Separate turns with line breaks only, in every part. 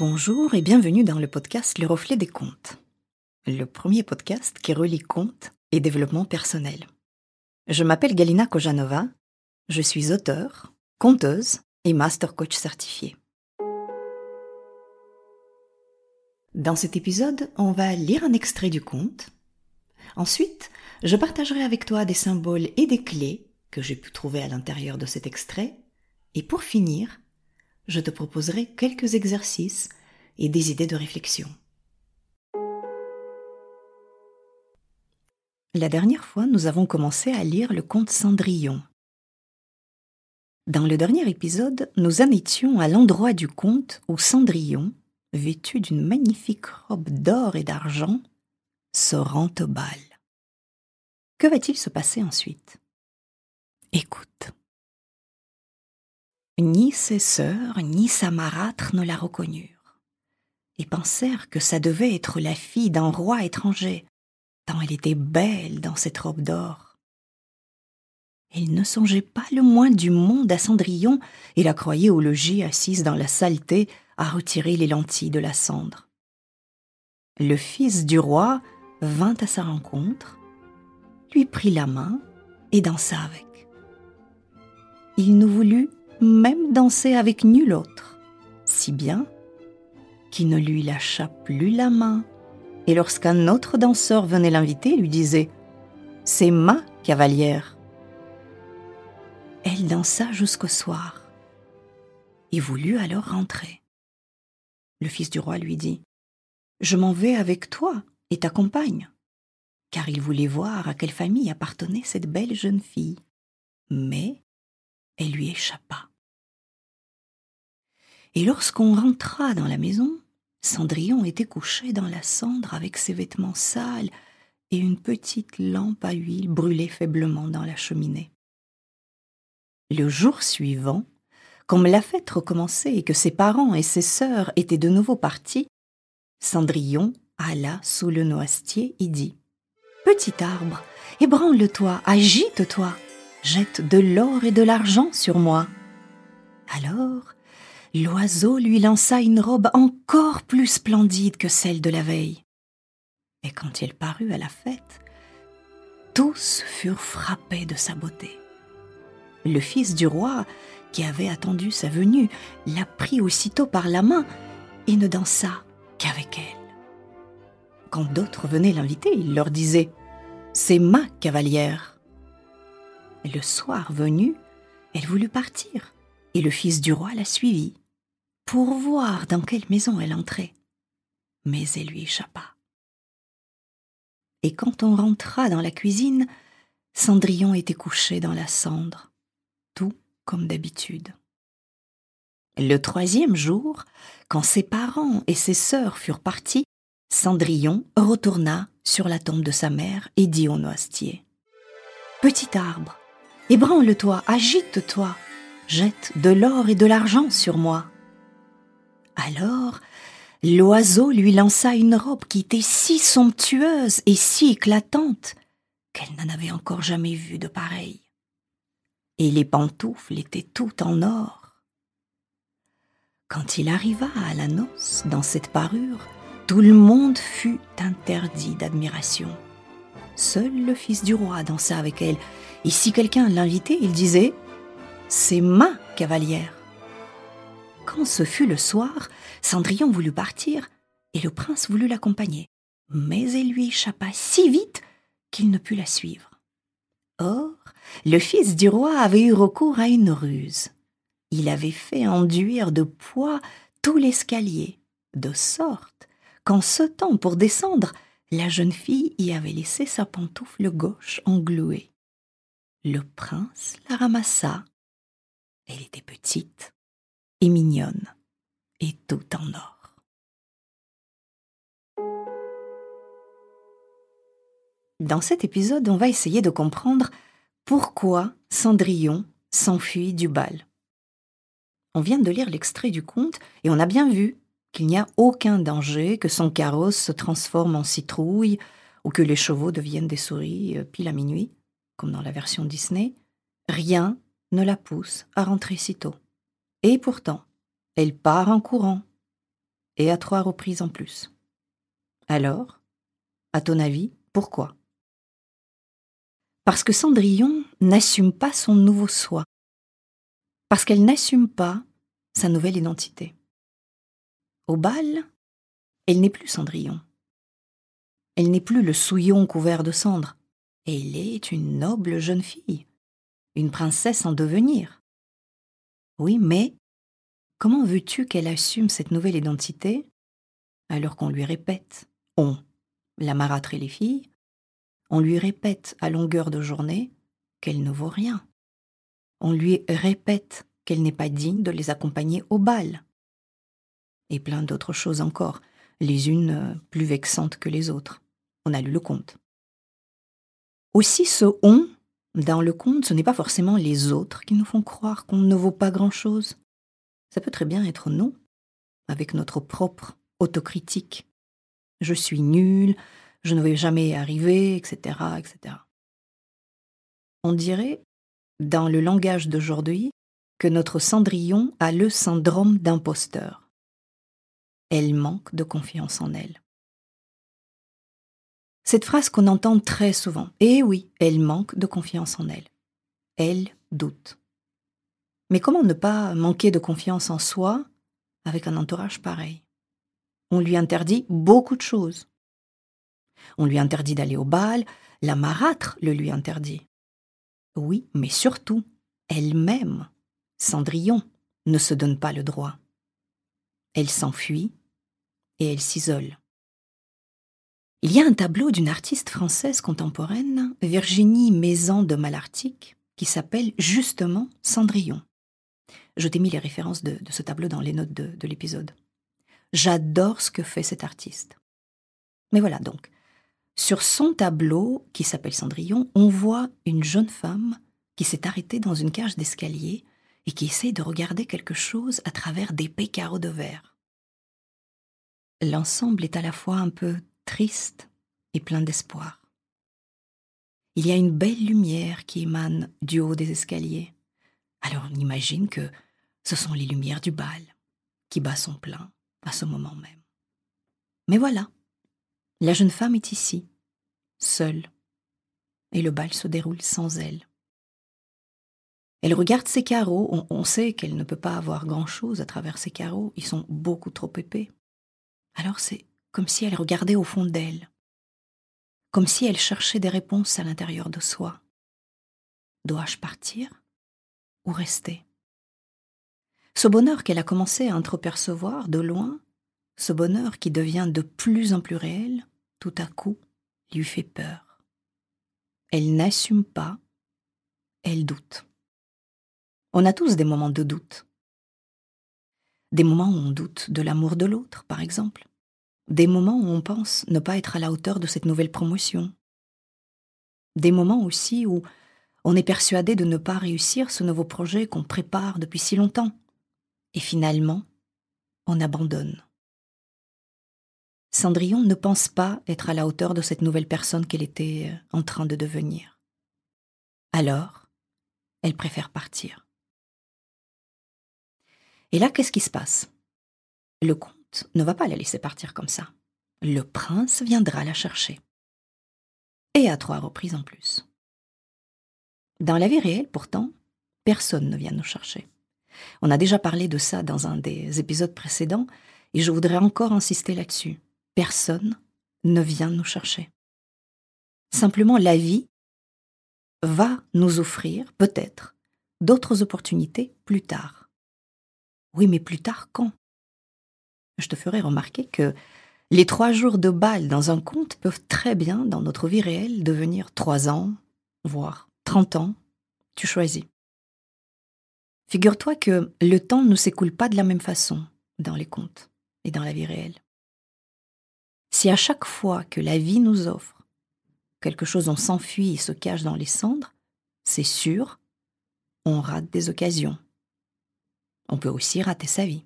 Bonjour et bienvenue dans le podcast Le Reflet des Contes, le premier podcast qui relie contes et développement personnel. Je m'appelle Galina Kojanova, je suis auteure, conteuse et master coach certifiée. Dans cet épisode, on va lire un extrait du conte. Ensuite, je partagerai avec toi des symboles et des clés que j'ai pu trouver à l'intérieur de cet extrait. Et pour finir, je te proposerai quelques exercices et des idées de réflexion. La dernière fois, nous avons commencé à lire le conte Cendrillon. Dans le dernier épisode, nous en étions à l'endroit du conte où Cendrillon, vêtu d'une magnifique robe d'or et d'argent, se rend au bal. Que va-t-il se passer ensuite ? Écoute. Ni ses sœurs, ni sa marâtre ne la reconnurent, et pensèrent que ça devait être la fille d'un roi étranger, tant elle était belle dans cette robe d'or. Elle ne songeait pas le moins du monde à Cendrillon et la croyait au logis assise dans la saleté à retirer les lentilles de la cendre. Le fils du roi vint à sa rencontre, lui prit la main et dansa avec. Il ne voulut même danser avec nul autre, si bien qu'il ne lui lâcha plus la main, et lorsqu'un autre danseur venait l'inviter, lui disait « C'est ma cavalière ». Elle dansa jusqu'au soir, et voulut alors rentrer. Le fils du roi lui dit « Je m'en vais avec toi et t'accompagne », car il voulait voir à quelle famille appartenait cette belle jeune fille. Mais elle lui échappa. Et lorsqu'on rentra dans la maison, Cendrillon était couché dans la cendre avec ses vêtements sales et une petite lampe à huile brûlait faiblement dans la cheminée. Le jour suivant, comme la fête recommençait et que ses parents et ses sœurs étaient de nouveau partis, Cendrillon alla sous le noisetier et dit « Petit arbre, ébranle-toi, agite-toi, jette de l'or et de l'argent sur moi. » Alors, l'oiseau lui lança une robe encore plus splendide que celle de la veille. Et quand il parut à la fête, tous furent frappés de sa beauté. Le fils du roi, qui avait attendu sa venue, la prit aussitôt par la main et ne dansa qu'avec elle. Quand d'autres venaient l'inviter, il leur disait « C'est ma cavalière ». Le soir venu, elle voulut partir, et le fils du roi la suivit, pour voir dans quelle maison elle entrait. Mais elle lui échappa. Et quand on rentra dans la cuisine, Cendrillon était couché dans la cendre, tout comme d'habitude. Le troisième jour, quand ses parents et ses sœurs furent partis, Cendrillon retourna sur la tombe de sa mère et dit au noisetier « Petit arbre, ébranle-toi, agite-toi, jette de l'or et de l'argent sur moi. » Alors, l'oiseau lui lança une robe qui était si somptueuse et si éclatante qu'elle n'en avait encore jamais vu de pareille. Et les pantoufles étaient toutes en or. Quand il arriva à la noce, dans cette parure, tout le monde fut interdit d'admiration. Seul le fils du roi dansa avec elle, et si quelqu'un l'invitait, il disait « C'est ma cavalière ». Quand ce fut le soir, Cendrillon voulut partir, et le prince voulut l'accompagner. Mais elle lui échappa si vite qu'il ne put la suivre. Or, le fils du roi avait eu recours à une ruse. Il avait fait enduire de poids tout l'escalier, de sorte qu'en sautant pour descendre, la jeune fille y avait laissé sa pantoufle gauche engluée. Le prince la ramassa. Elle était petite et mignonne, et tout en or. Dans cet épisode, on va essayer de comprendre pourquoi Cendrillon s'enfuit du bal. On vient de lire l'extrait du conte et on a bien vu qu'il n'y a aucun danger que son carrosse se transforme en citrouille ou que les chevaux deviennent des souris pile à minuit, comme dans la version Disney. Rien ne la pousse à rentrer si tôt. Et pourtant, elle part en courant. et à 3 reprises en plus. Alors, à ton avis, pourquoi? Parce que Cendrillon n'assume pas son nouveau soi. Parce qu'elle n'assume pas sa nouvelle identité. Au bal, elle n'est plus Cendrillon. Elle n'est plus le souillon couvert de cendres. Elle est une noble jeune fille, une princesse en devenir. Oui, mais comment veux-tu qu'elle assume cette nouvelle identité alors qu'on lui répète, la marâtre et les filles, on lui répète à longueur de journée qu'elle ne vaut rien. On lui répète qu'elle n'est pas digne de les accompagner au bal. Et plein d'autres choses encore, les unes plus vexantes que les autres. On a lu le conte. Aussi ce « on » dans le conte, ce n'est pas forcément les autres qui nous font croire qu'on ne vaut pas grand-chose. Ça peut très bien être nous, avec notre propre autocritique. Je suis nulle, je ne vais jamais y arriver, etc., etc. On dirait, dans le langage d'aujourd'hui, que notre Cendrillon a le syndrome d'imposteur. Elle manque de confiance en elle. Cette phrase qu'on entend très souvent. Eh oui, elle manque de confiance en elle. Elle doute. Mais comment ne pas manquer de confiance en soi avec un entourage pareil? On lui interdit beaucoup de choses. On lui interdit d'aller au bal, la marâtre le lui interdit. Oui, mais surtout, elle-même, Cendrillon, ne se donne pas le droit. Elle s'enfuit et elle s'isole. Il y a un tableau d'une artiste française contemporaine, Virginie Maison de Malartic, qui s'appelle justement Cendrillon. Je t'ai mis les références de ce tableau dans les notes de l'épisode. J'adore ce que fait cet artiste. Mais voilà donc, sur son tableau, qui s'appelle Cendrillon, on voit une jeune femme qui s'est arrêtée dans une cage d'escalier et qui essaie de regarder quelque chose à travers d'épais carreaux de verre. L'ensemble est à la fois un peu triste et plein d'espoir. Il y a une belle lumière qui émane du haut des escaliers. Alors on imagine que ce sont les lumières du bal qui bat son plein à ce moment même. Mais voilà, la jeune femme est ici, seule, et le bal se déroule sans elle. Elle regarde ses carreaux, on sait qu'elle ne peut pas avoir grand-chose à travers ses carreaux, ils sont beaucoup trop épais. Alors c'est comme si elle regardait au fond d'elle, comme si elle cherchait des réponses à l'intérieur de soi. Dois-je partir ou rester? Ce bonheur qu'elle a commencé à entrepercevoir de loin, ce bonheur qui devient de plus en plus réel, tout à coup, lui fait peur. Elle n'assume pas, elle doute. On a tous des moments de doute. Des moments où on doute de l'amour de l'autre, par exemple. Des moments où on pense ne pas être à la hauteur de cette nouvelle promotion. Des moments aussi où on est persuadé de ne pas réussir ce nouveau projet qu'on prépare depuis si longtemps. Et finalement, on abandonne. Cendrillon ne pense pas être à la hauteur de cette nouvelle personne qu'elle était en train de devenir. Alors, elle préfère partir. Et là, qu'est-ce qui se passe? Le comte ne va pas la laisser partir comme ça. Le prince viendra la chercher. Et à 3 reprises en plus. Dans la vie réelle, pourtant, personne ne vient nous chercher. On a déjà parlé de ça dans un des épisodes précédents, et je voudrais encore insister là-dessus. Personne ne vient nous chercher. Simplement, la vie va nous offrir, peut-être, d'autres opportunités plus tard. Oui, mais plus tard quand? Je te ferai remarquer que les 3 jours de bal dans un conte peuvent très bien, dans notre vie réelle, devenir 3 ans, voire 30 ans. Tu choisis. Figure-toi que le temps ne s'écoule pas de la même façon dans les contes et dans la vie réelle. Si à chaque fois que la vie nous offre quelque chose, on s'enfuit et se cache dans les cendres, c'est sûr, on rate des occasions. On peut aussi rater sa vie.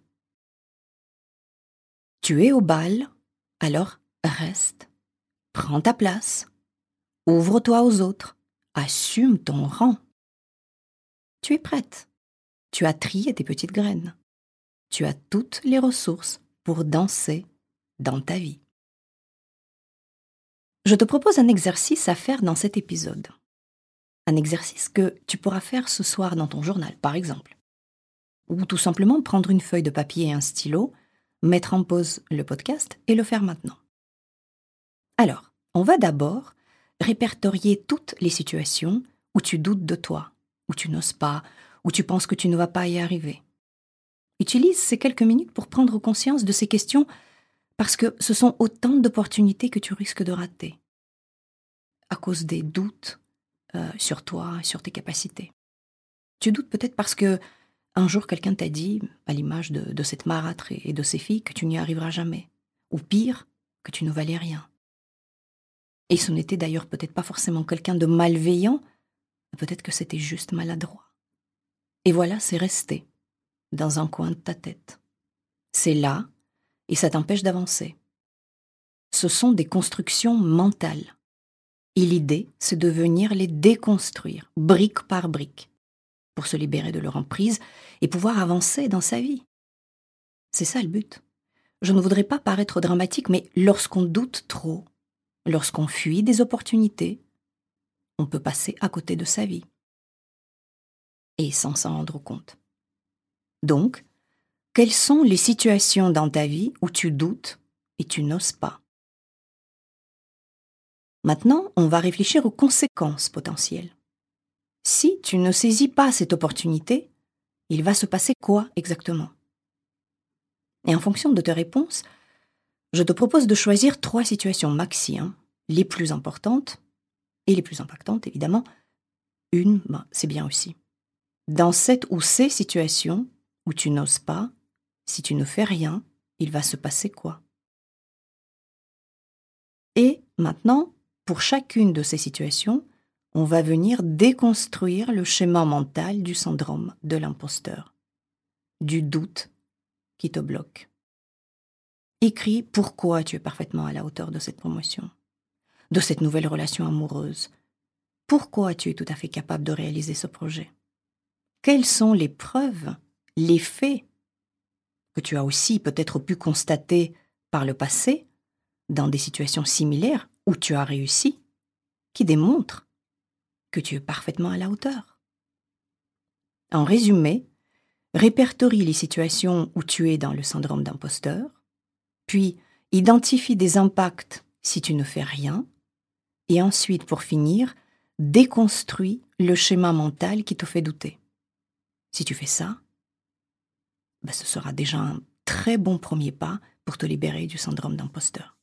Tu es au bal, alors reste, prends ta place, ouvre-toi aux autres, assume ton rang. Tu es prête, tu as trié tes petites graines, tu as toutes les ressources pour danser dans ta vie. Je te propose un exercice à faire dans cet épisode. Un exercice que tu pourras faire ce soir dans ton journal, par exemple. Ou tout simplement prendre une feuille de papier et un stylo, mettre en pause le podcast et le faire maintenant. Alors, on va d'abord répertorier toutes les situations où tu doutes de toi, où tu n'oses pas, où tu penses que tu ne vas pas y arriver. Utilise ces quelques minutes pour prendre conscience de ces questions parce que ce sont autant d'opportunités que tu risques de rater à cause des doutes sur toi et sur tes capacités. Tu doutes peut-être parce que un jour quelqu'un t'a dit, à l'image de cette marâtre et de ses filles, que tu n'y arriveras jamais. Ou pire, que tu ne valais rien. Et ce n'était d'ailleurs peut-être pas forcément quelqu'un de malveillant, peut-être que c'était juste maladroit. Et voilà, c'est resté dans un coin de ta tête. C'est là, et ça t'empêche d'avancer. Ce sont des constructions mentales. Et l'idée, c'est de venir les déconstruire, brique par brique, pour se libérer de leur emprise et pouvoir avancer dans sa vie. C'est ça le but. Je ne voudrais pas paraître dramatique, mais lorsqu'on doute trop, lorsqu'on fuit des opportunités, on peut passer à côté de sa vie. Et sans s'en rendre compte. Donc, quelles sont les situations dans ta vie où tu doutes et tu n'oses pas? Maintenant, on va réfléchir aux conséquences potentielles. Si tu ne saisis pas cette opportunité, il va se passer quoi exactement? Et en fonction de tes réponses, je te propose de choisir 3 situations maxi, les plus importantes et les plus impactantes, évidemment. Une, c'est bien aussi. Dans cette ou ces situations où tu n'oses pas, si tu ne fais rien, il va se passer quoi? Et maintenant, pour chacune de ces situations, on va venir déconstruire le schéma mental du syndrome de l'imposteur, du doute qui te bloque. Écris pourquoi tu es parfaitement à la hauteur de cette promotion, de cette nouvelle relation amoureuse. Pourquoi tu es tout à fait capable de réaliser ce projet? Quelles sont les preuves, les faits que tu as aussi peut-être pu constater par le passé, dans des situations similaires où tu as réussi, qui démontrent que tu es parfaitement à la hauteur? En résumé, répertorie les situations où tu es dans le syndrome d'imposteur, puis identifie des impacts si tu ne fais rien, et ensuite, pour finir, déconstruis le schéma mental qui te fait douter. Si tu fais ça, ce sera déjà un très bon premier pas pour te libérer du syndrome d'imposteur.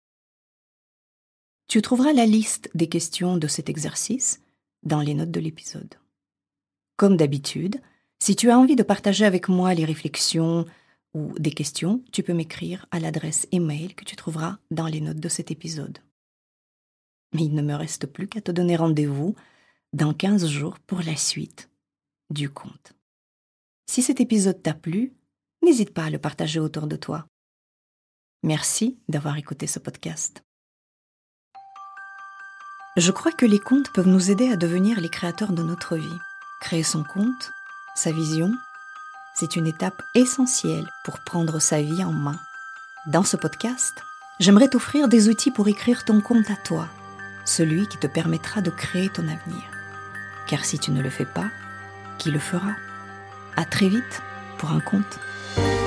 Tu trouveras la liste des questions de cet exercice dans les notes de l'épisode. Comme d'habitude, si tu as envie de partager avec moi les réflexions ou des questions, tu peux m'écrire à l'adresse email que tu trouveras dans les notes de cet épisode. Mais il ne me reste plus qu'à te donner rendez-vous dans 15 jours pour la suite du conte. Si cet épisode t'a plu, n'hésite pas à le partager autour de toi. Merci d'avoir écouté ce podcast. Je crois que les contes peuvent nous aider à devenir les créateurs de notre vie. Créer son conte, sa vision, c'est une étape essentielle pour prendre sa vie en main. Dans ce podcast, j'aimerais t'offrir des outils pour écrire ton conte à toi, celui qui te permettra de créer ton avenir. Car si tu ne le fais pas, qui le fera? À très vite pour un conte.